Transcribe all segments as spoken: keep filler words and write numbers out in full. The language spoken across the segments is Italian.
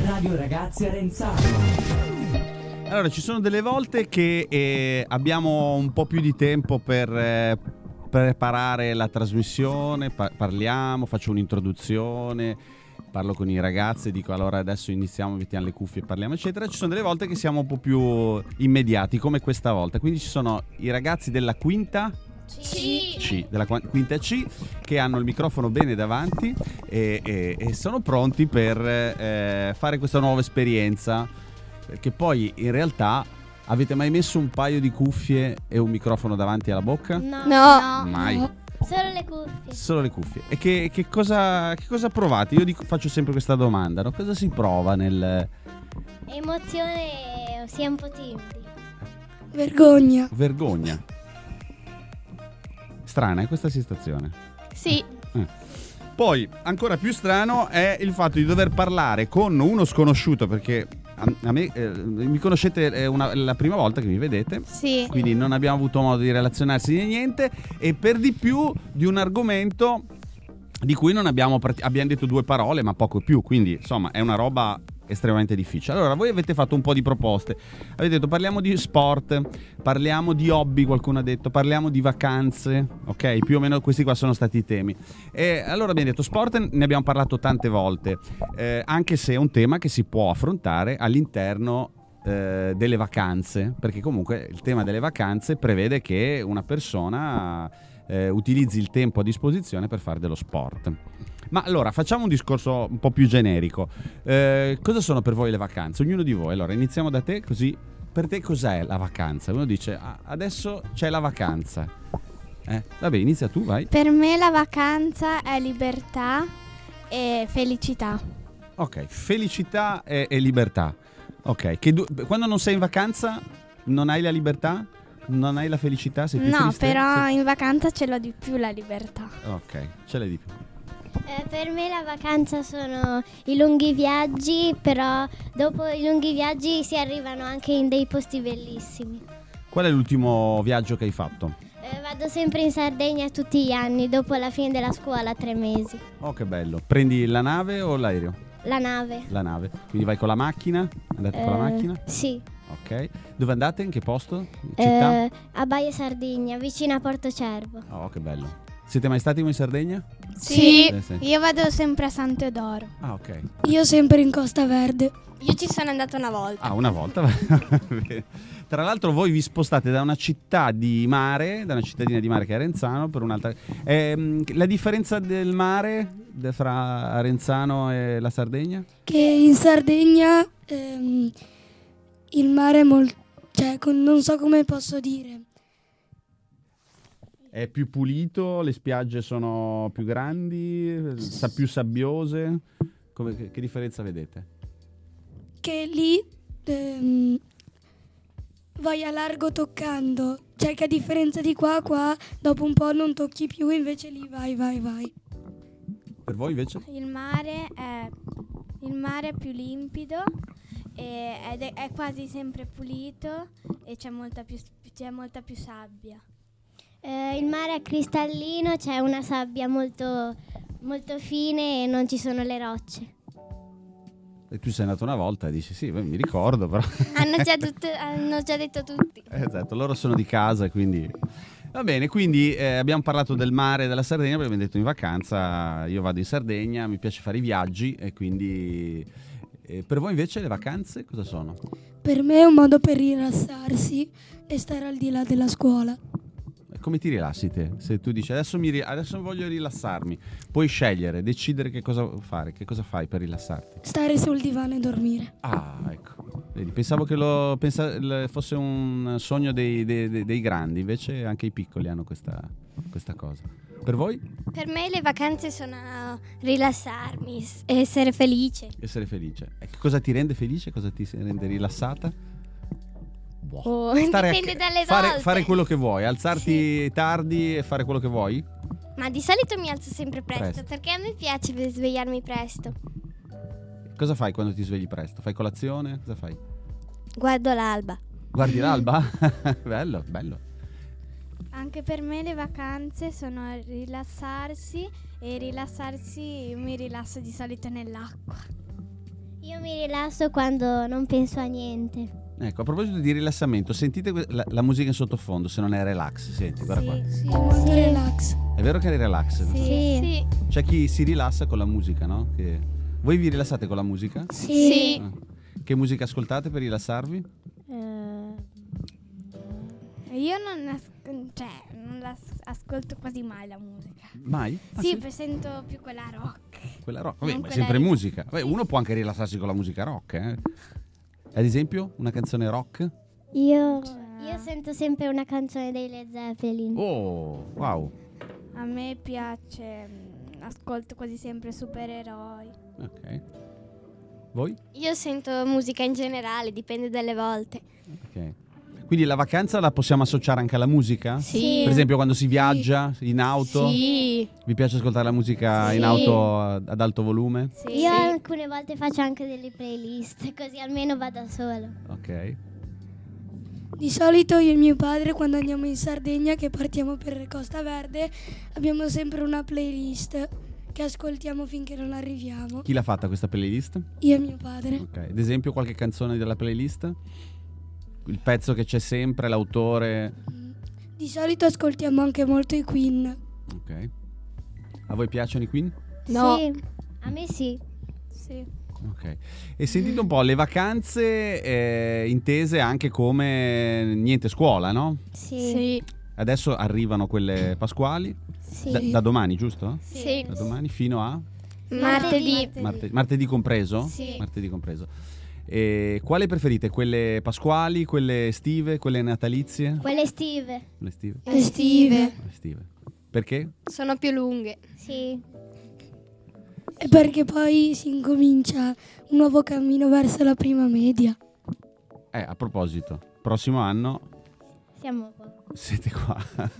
Radio Ragazzi Arenzano. Allora, ci sono delle volte che eh, abbiamo un po' più di tempo per eh, preparare la trasmissione, pa- parliamo, faccio un'introduzione, parlo con i ragazzi e dico allora adesso iniziamo, mettiamo le cuffie e parliamo eccetera. Ci sono delle volte che siamo un po' più immediati, come questa volta, quindi ci sono i ragazzi della quinta C. C, della qua- quinta C, che hanno il microfono bene davanti e, e- e sono pronti per eh, fare questa nuova esperienza, perché poi in realtà avete mai messo un paio di cuffie e un microfono davanti alla bocca? No. No. Mai. Solo le cuffie. Solo le cuffie. E che, che cosa che cosa provate? Io dico, faccio sempre questa domanda, no? Cosa si prova nel Emozione, si è un po' timidi. Vergogna. vergogna? Strana è questa sensazione. Sì. Poi, ancora più strano è il fatto di dover parlare con uno sconosciuto, perché a, a me eh, mi conoscete è una, la prima volta che mi vedete, Sì. quindi non abbiamo avuto modo di relazionarsi né niente, e per di più di un argomento di cui non abbiamo prati- abbiamo detto due parole, ma poco più, quindi insomma è una roba estremamente difficile. Allora, voi avete fatto un po' di proposte, avete detto parliamo di sport, parliamo di hobby, qualcuno ha detto parliamo di vacanze, ok? Più o meno questi qua sono stati i temi. E allora abbiamo detto sport, ne abbiamo parlato tante volte, eh, anche se è un tema che si può affrontare all'interno eh, delle vacanze, perché comunque il tema delle vacanze prevede che una persona eh, utilizzi il tempo a disposizione per fare dello sport. Ma allora facciamo un discorso un po' più generico. Eh, cosa sono per voi le vacanze? Ognuno di voi. Allora iniziamo da te, così per te cos'è la vacanza? Uno dice ah, adesso c'è la vacanza. Eh, vabbè, inizia tu, vai. Per me la vacanza è libertà e felicità. Ok, felicità e, e libertà. Ok, che du- quando non sei in vacanza non hai la libertà? Non hai la felicità? Sei più No, triste? però Sei- in vacanza ce l'ho di più la libertà. Ok, ce l'hai di più. Eh, per me la vacanza sono i lunghi viaggi, però dopo i lunghi viaggi si arrivano anche in dei posti bellissimi. Qual è l'ultimo viaggio che hai fatto? Eh, vado sempre in Sardegna tutti gli anni, dopo la fine della scuola, tre mesi. Oh, che bello. Prendi la nave o l'aereo? La nave. La nave. Quindi vai con la macchina? Andate con la Eh, macchina? Sì. Ok. Dove andate? In che posto? Città? Eh, a Baia Sardegna, vicino a Porto Cervo. Oh, che bello. Siete mai stati voi in Sardegna? Sì. Eh, sì. Io vado sempre a San Teodoro. Ah, ok. Io sempre in Costa Verde. Io ci sono andata una volta. Ah, una volta. Tra l'altro voi vi spostate da una città di mare, da una cittadina di mare che è Arenzano, per un'altra. Ehm, la differenza del mare de- fra Arenzano e la Sardegna? Che in Sardegna ehm, il mare è molto... cioè, con- non so come posso dire. È più pulito, le spiagge sono più grandi, sa più sabbiose. Come, che, che differenza vedete? Che lì ehm, vai a largo toccando. Cioè che a differenza di qua, qua dopo un po' non tocchi più, invece lì vai, vai, vai. Per voi invece? Il mare è, il mare è più limpido e- ed è, è quasi sempre pulito e c'è molta più, c'è molta più sabbia. Eh, il mare è cristallino, c'è una sabbia molto, molto fine e non ci sono le rocce. E tu sei andato una volta e dici sì, beh, mi ricordo però. Hanno già, tutto- hanno già detto tutti. Esatto, loro sono di casa e quindi... Va bene, quindi eh, abbiamo parlato del mare, della Sardegna, perché abbiamo detto in vacanza, io vado in Sardegna, mi piace fare i viaggi e quindi... eh, per voi invece le vacanze cosa sono? Per me è un modo per rilassarsi e stare al di là della scuola. Come ti rilassi te? Se tu dici adesso, mi ri- adesso voglio rilassarmi, puoi scegliere, decidere che cosa fare, che cosa fai per rilassarti? Stare sul divano e dormire. Ah, ecco. Vedi, pensavo che lo, pensa- l- fosse un sogno dei, dei- dei- dei grandi, invece anche i piccoli hanno questa, questa cosa. Per voi? Per me le vacanze sono rilassarmi, s- essere felice. Essere felice. E che cosa ti rende felice? Cosa ti rende rilassata? Boh. Oh, Stare a- dipende dalle fare, volte. fare quello che vuoi, alzarti tardi e fare quello che vuoi? Ma di solito mi alzo sempre presto, Presto. perché a me piace per svegliarmi presto. Cosa fai quando ti svegli presto? Fai colazione? Cosa fai? Guardo l'alba. Guardi l'alba? Bello, bello. Anche per me le vacanze sono rilassarsi e rilassarsi mi rilasso di solito nell'acqua. Io Io mi rilasso quando non penso a niente. Ecco, a proposito di rilassamento, sentite que- la, la musica in sottofondo, se non è relax, senti, guarda qua. Sì, è molto Sì. relax. È vero che è relax? Sì. Sì. C'è chi si rilassa con la musica, no? Che... Voi vi rilassate con la musica? Sì. Ah. Che musica ascoltate per rilassarvi? Eh, Io non, as- cioè, non la as- ascolto quasi mai la musica. Mai? Ah, sì, per- sento più quella rock. Quella rock. Vabbè, Non ma è quella sempre ri- musica. Vabbè, uno può anche rilassarsi con la musica rock, eh? Ad esempio, una canzone rock? io, io sento sempre una canzone dei Led Zeppelin. Oh, wow. A me piace, mm, ascolto quasi sempre supereroi. Ok. Voi? Io sento musica in generale, dipende dalle volte. Ok. Quindi la vacanza la possiamo associare anche alla musica? Sì. Per esempio quando si viaggia in auto? Sì. Vi piace ascoltare la musica Sì. in auto ad ad alto volume? Sì. Io alcune volte faccio anche delle playlist, così almeno vado da solo. Ok. Di solito io e mio padre quando andiamo in Sardegna, che partiamo per Costa Verde, abbiamo sempre una playlist che ascoltiamo finché non arriviamo. Chi l'ha fatta questa playlist? Io e mio padre. Ok. Ad esempio qualche canzone della playlist? Il pezzo che c'è sempre, l'autore? Di solito ascoltiamo anche molto i Queen. Ok. A voi piacciono i Queen? No. Sì, a me sì. Sì. Ok. E sentite un po', le vacanze eh, intese anche come niente scuola, no? Sì. Sì. Adesso arrivano quelle pasquali, Sì. da, da domani, giusto? Sì. Da domani fino a Martedì. Marte- martedì compreso? Sì. Martedì compreso. E quale preferite? Quelle pasquali, quelle estive, quelle natalizie? Quelle estive. Le estive. Estive. Le estive. Perché? Sono più lunghe. Sì. E perché poi si incomincia un nuovo cammino verso la prima media. Eh, a proposito, prossimo anno Siamo qua. siete qua.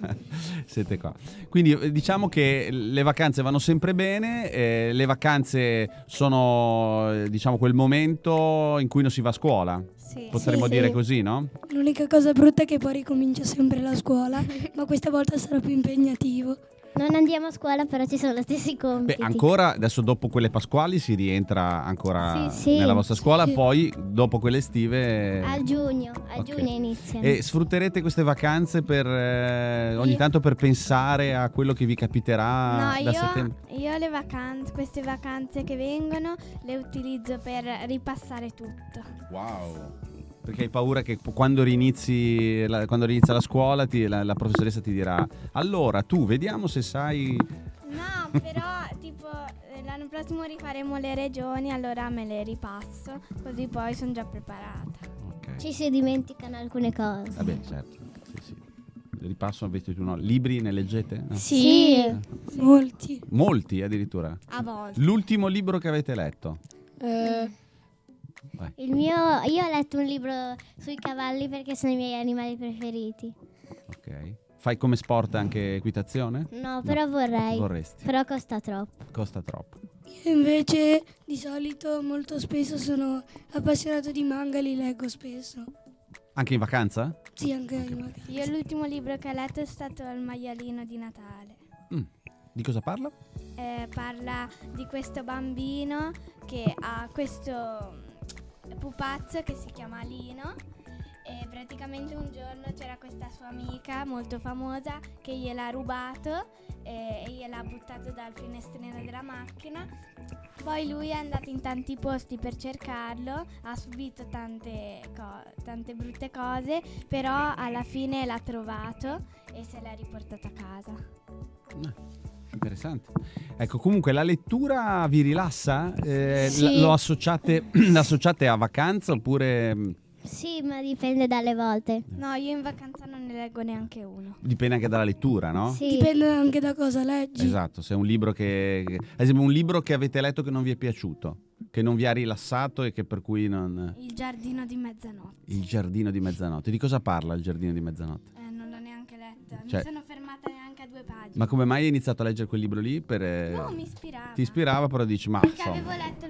Siete qua. Quindi eh, diciamo che le vacanze vanno sempre bene, eh, le vacanze sono eh, diciamo quel momento in cui non si va a scuola. Sì. Potremmo Sì, dire sì. così, no? L'unica cosa brutta è che poi ricomincia sempre la scuola, ma questa volta sarà più impegnativo. Non andiamo a scuola, però ci sono lo stessi compiti. Beh, ancora adesso dopo quelle pasquali si rientra ancora Sì, sì. nella vostra scuola, Sì. poi dopo quelle estive A giugno, a Ok. giugno iniziano. E sfrutterete queste vacanze per eh, ogni Io- tanto per pensare a quello che vi capiterà no, da io, settembre? io le vacanze, queste vacanze che vengono le utilizzo per ripassare tutto. Wow. Perché hai paura che quando rinizi la, quando inizia la scuola ti- la, la professoressa ti dirà allora tu vediamo se sai. No, però tipo eh, l'anno prossimo rifaremo le regioni, allora me le ripasso, così poi sono già preparata. Ok. Ci si dimenticano alcune cose. Vabbè, certo. Sì, sì. Ripasso avete tu no? Libri ne leggete? No. Sì. Molti. Molti addirittura. A volte. L'ultimo libro che avete letto? Eh, Il mio, io ho letto un libro sui cavalli perché sono i miei animali preferiti. Ok. Fai come sport anche equitazione? No, però vorrei. Vorresti. Però costa troppo. Costa troppo. Io invece di solito molto spesso sono appassionato di manga e li leggo spesso. Anche in vacanza? Sì, anche in vacanza. Io l'ultimo libro che ho letto è stato Il maialino di Natale. Mm. Di cosa parla? Eh, parla di questo bambino che ha questo pupazzo che si chiama Lino e praticamente un giorno c'era questa sua amica molto famosa che gliel'ha rubato e, e gliel'ha buttato dal finestrino della macchina. Poi lui è andato in tanti posti per cercarlo, ha subito tante, co- tante brutte cose, però alla fine l'ha trovato e se l'ha riportato a casa. Eh, Interessante. Ecco, comunque la lettura vi rilassa? Eh, Sì. l- lo associate, l'associate a vacanza oppure mm, Sì, ma dipende dalle volte. No, io in vacanza non ne leggo neanche uno. dipende anche dalla lettura, no? Sì. Dipende anche da cosa leggi. Esatto, se è un libro che, che- ad esempio un libro che avete letto che non vi è piaciuto, che non vi ha rilassato e che per cui non... Il giardino di mezzanotte. Il giardino di mezzanotte. Di cosa parla il giardino di mezzanotte? Eh, non l'ho neanche letta. Cioè- Mi sono fermata neanche a due pagine. Ma come mai hai iniziato a leggere quel libro lì? Per, eh, No, mi ispirava. Ti ispirava, però dici, ma Perché insomma, avevo letto il film ed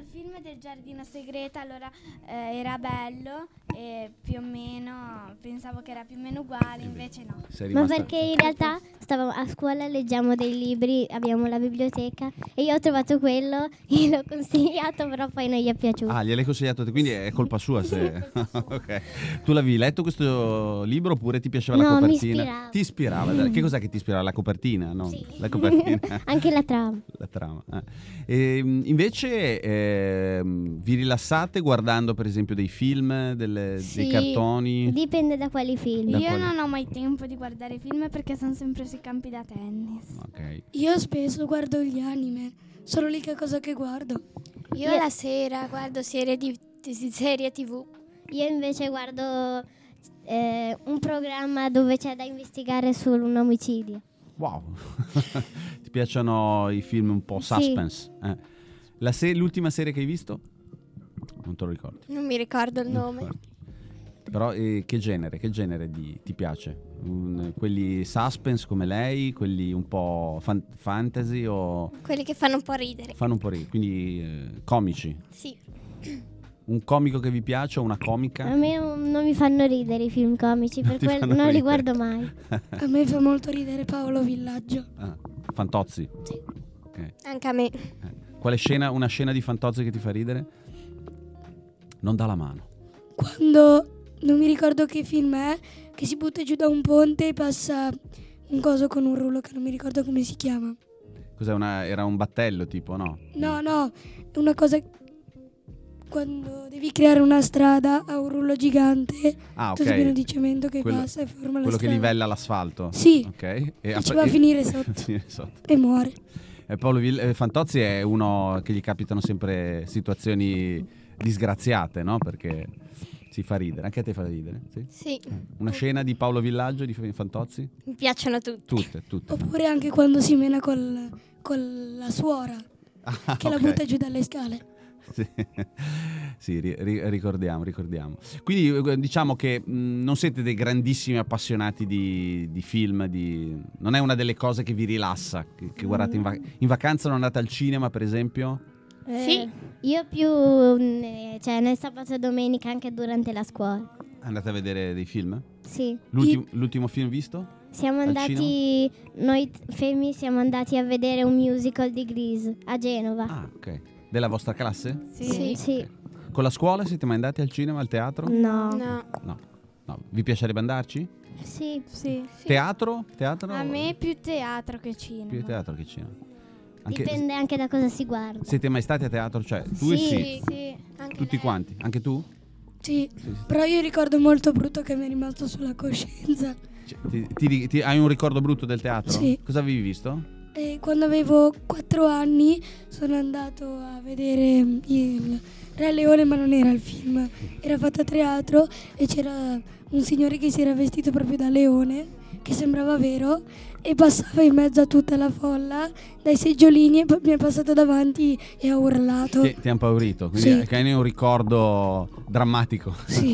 del giardino segreto, allora eh, era bello e più o meno pensavo che era più o meno uguale, invece no. Sei Ma rimasta- perché in realtà stavo a scuola, leggiamo dei libri, abbiamo la biblioteca e io ho trovato quello e l'ho consigliato, però poi non gli è piaciuto. Ah, gliel'hai consigliato te, quindi è colpa sua se... Ok. Tu l'avevi letto questo libro oppure ti piaceva la No, mi copertina? ispirava. Ti ispirava? dai. Che cos'è che ti ispirava? La copertina? No, Sì. la copertina. Anche la trama. La trama. eh. E, invece ehm, vi rilassate guardando per esempio dei film, delle- dei Sì. cartoni? Dipende da quali film. Da Io quale- non ho mai tempo di guardare film perché sono sempre sui campi da tennis. Ok. Io spesso guardo gli anime, sono l'unica cosa che guardo. Io la sera guardo serie di, di serie tivù. Io invece guardo eh, un programma dove c'è da investigare su un omicidio. Wow. Ti piacciono i film un po' Sì. suspense? Eh. La se- l'ultima serie che hai visto? Non te lo ricordi. Non mi ricordo il nome. Però eh, che genere, che genere di, ti piace? Un- quelli suspense come lei, quelli un po' fan- fantasy o Quelli che fanno un po' ridere. fanno un po' ridere, quindi eh, comici? Sì. Un comico che vi piace o una comica? A me non non mi fanno ridere i film comici, Non per ti quello fanno non li ridere. guardo mai. A me fa molto ridere Paolo Villaggio. Ah, Fantozzi? Sì. Ok. Anche a me. Eh. Quale scena, una scena di Fantozzi che ti fa ridere? Non dà la mano. Quando non mi ricordo che film è, che si butta giù da un ponte e passa un coso con un rullo che non mi ricordo come si chiama. Cos'è una, era un battello tipo, no? No, no, è una cosa quando devi creare una strada a un rullo gigante, Ah, tutto pieno ok. di cemento che Quello- passa e forma la Quello che strada. livella l'asfalto. Sì, Ok. E, e ci va a finire sotto finire sotto. e muore. E Paolo Vill- eh, Fantozzi è uno che gli capitano sempre situazioni disgraziate, no? Perché si fa ridere. Anche a te fa ridere? Sì? Sì. Una scena di Paolo Villaggio di Fantozzi? Mi piacciono tutti. Tutte, tutte. Oppure anche quando si mena col, con la suora Ah, che la ok. butta giù dalle scale. Sì, sì, ri- ri- ricordiamo, ricordiamo. Quindi eh, diciamo che mh, non siete dei grandissimi appassionati di, di film, di... non è una delle cose che vi rilassa, che, che guardate in, va- in vacanza, non andate al cinema per esempio? Eh, Sì. Io più mm, cioè nel sabato e domenica anche durante la scuola. Andate a vedere dei film? Sì. L'ultimo, l'ultimo film visto? Siamo Al andati, noi t- femmine siamo andati a vedere un musical di Grease a Genova. Ah, ok. Della vostra classe? Sì. Sì. Con la scuola siete mai andati al cinema, al teatro? No. No. No. No. Vi piacerebbe andarci? Sì. Sì. Teatro? Teatro? A me più teatro che cinema. Più teatro che cinema. Anche- Dipende anche da cosa si guarda. Siete mai stati a teatro? Cioè, tu e Sì. sì. Sì. Anche Tutti lei. quanti? Anche tu? Sì, Sì, sì. però io ricordo molto brutto che mi è rimasto sulla coscienza. Cioè, ti- ti- ti- hai un ricordo brutto del teatro? Sì. Cosa avevi visto? E quando avevo quattro anni sono andato a vedere il Re Leone, ma non era il film, era fatto a teatro e c'era un signore che si era vestito proprio da leone, che sembrava vero, e passava in mezzo a tutta la folla dai seggiolini e poi mi è passato davanti e ha urlato. Ti, ti ha impaurito, quindi Sì. è- che hai un ricordo drammatico. Sì.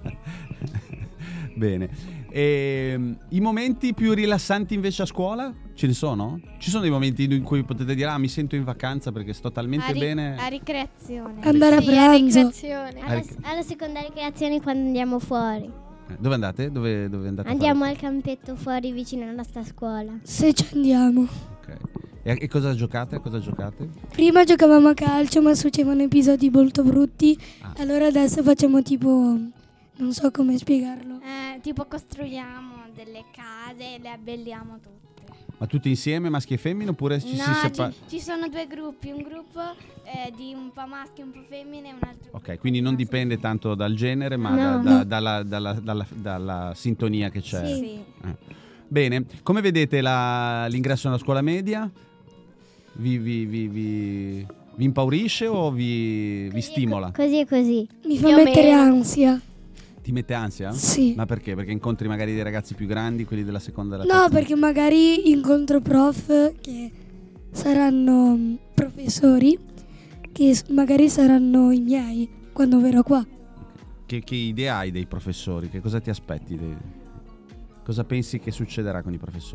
Bene. E, i momenti più rilassanti invece a scuola? Ce ne sono? Ci sono dei momenti in cui potete dire ah mi sento in vacanza perché sto talmente A, ri- bene. a ricreazione. Andare a Sì, a pranzo. ricreazione. Alla, alla seconda ricreazione quando andiamo fuori. Eh, Dove andate? Dove, dove andate? a Andiamo fare? al campetto fuori vicino alla nostra scuola. Se ci andiamo. Ok. E, e cosa giocate? Cosa giocate? Prima giocavamo a calcio, ma succedevano episodi molto brutti. Ah. Allora adesso facciamo tipo, non so come spiegarlo. Eh, tipo costruiamo delle case e le abbelliamo tutte. Ma tutti insieme, maschi e femmine, oppure ci si no, separa? ci, ci sono due gruppi, un gruppo eh, di un po' maschi e un po' femmine e un altro gruppo. Ok, quindi non maschi. dipende tanto dal genere, ma No. da- da- No. dalla, dalla- dalla- dalla sintonia che c'è. Sì. Sì. Eh. Bene, come vedete la- l'ingresso nella scuola media? Vi, vi- vi- vi- vi impaurisce o vi, vi stimola? Così e così. Mi fa Più o mettere meno. ansia. Ti mette ansia? Sì. Ma perché? Perché incontri magari dei ragazzi più grandi, quelli della seconda e della No, terza? perché magari incontro prof che saranno mm, professori, che s- magari saranno i miei quando verrò qua. Che, che idea hai dei professori? Che cosa ti aspetti? Dei- Cosa pensi che succederà con i professori?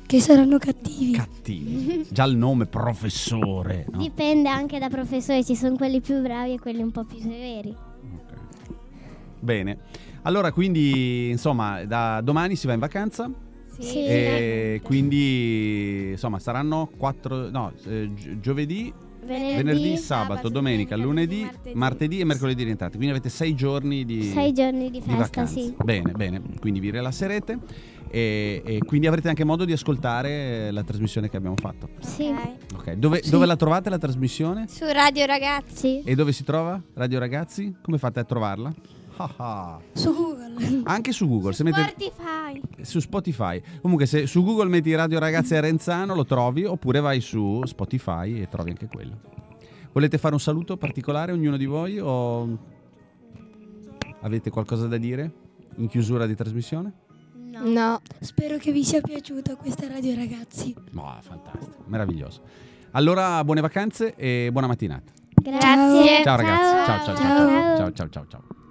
che saranno cattivi. Cattivi. Già il nome professore, no? Dipende anche da professore, ci sono quelli più bravi e quelli un po' più severi. Ok. Bene. Allora, quindi, insomma, da domani si va in vacanza. Sì. E quindi, insomma, saranno quattro, no, eh, gi- giovedì, Venerdì, venerdì, sabato, sabato, domenica, domenica, lunedì, martedì. martedì e mercoledì rientrati. Quindi avete sei giorni di, sei giorni di di festa, vacanza. sì. Bene, bene. Quindi vi rilasserete e, e quindi avrete anche modo di ascoltare la trasmissione che abbiamo fatto. Sì. Ok. Ok, dove, Sì. dove la trovate la trasmissione? Su Radio Ragazzi. Sì. E dove si trova? Radio Ragazzi? Come fate a trovarla? Ah ah. Su Google. Anche su Google, se mettete Spotify. su Spotify. Comunque se su Google metti Radio Ragazzi Arenzano lo trovi, oppure vai su Spotify e trovi anche quello. Volete fare un saluto particolare ognuno di voi o avete qualcosa da dire in chiusura di trasmissione? No. Spero che vi sia piaciuta questa radio, ragazzi. No, fantastico, meraviglioso. Allora, buone vacanze e buona mattinata. Grazie. Ciao ragazzi, ciao ciao ciao ciao Ciao. ciao ciao ciao ciao.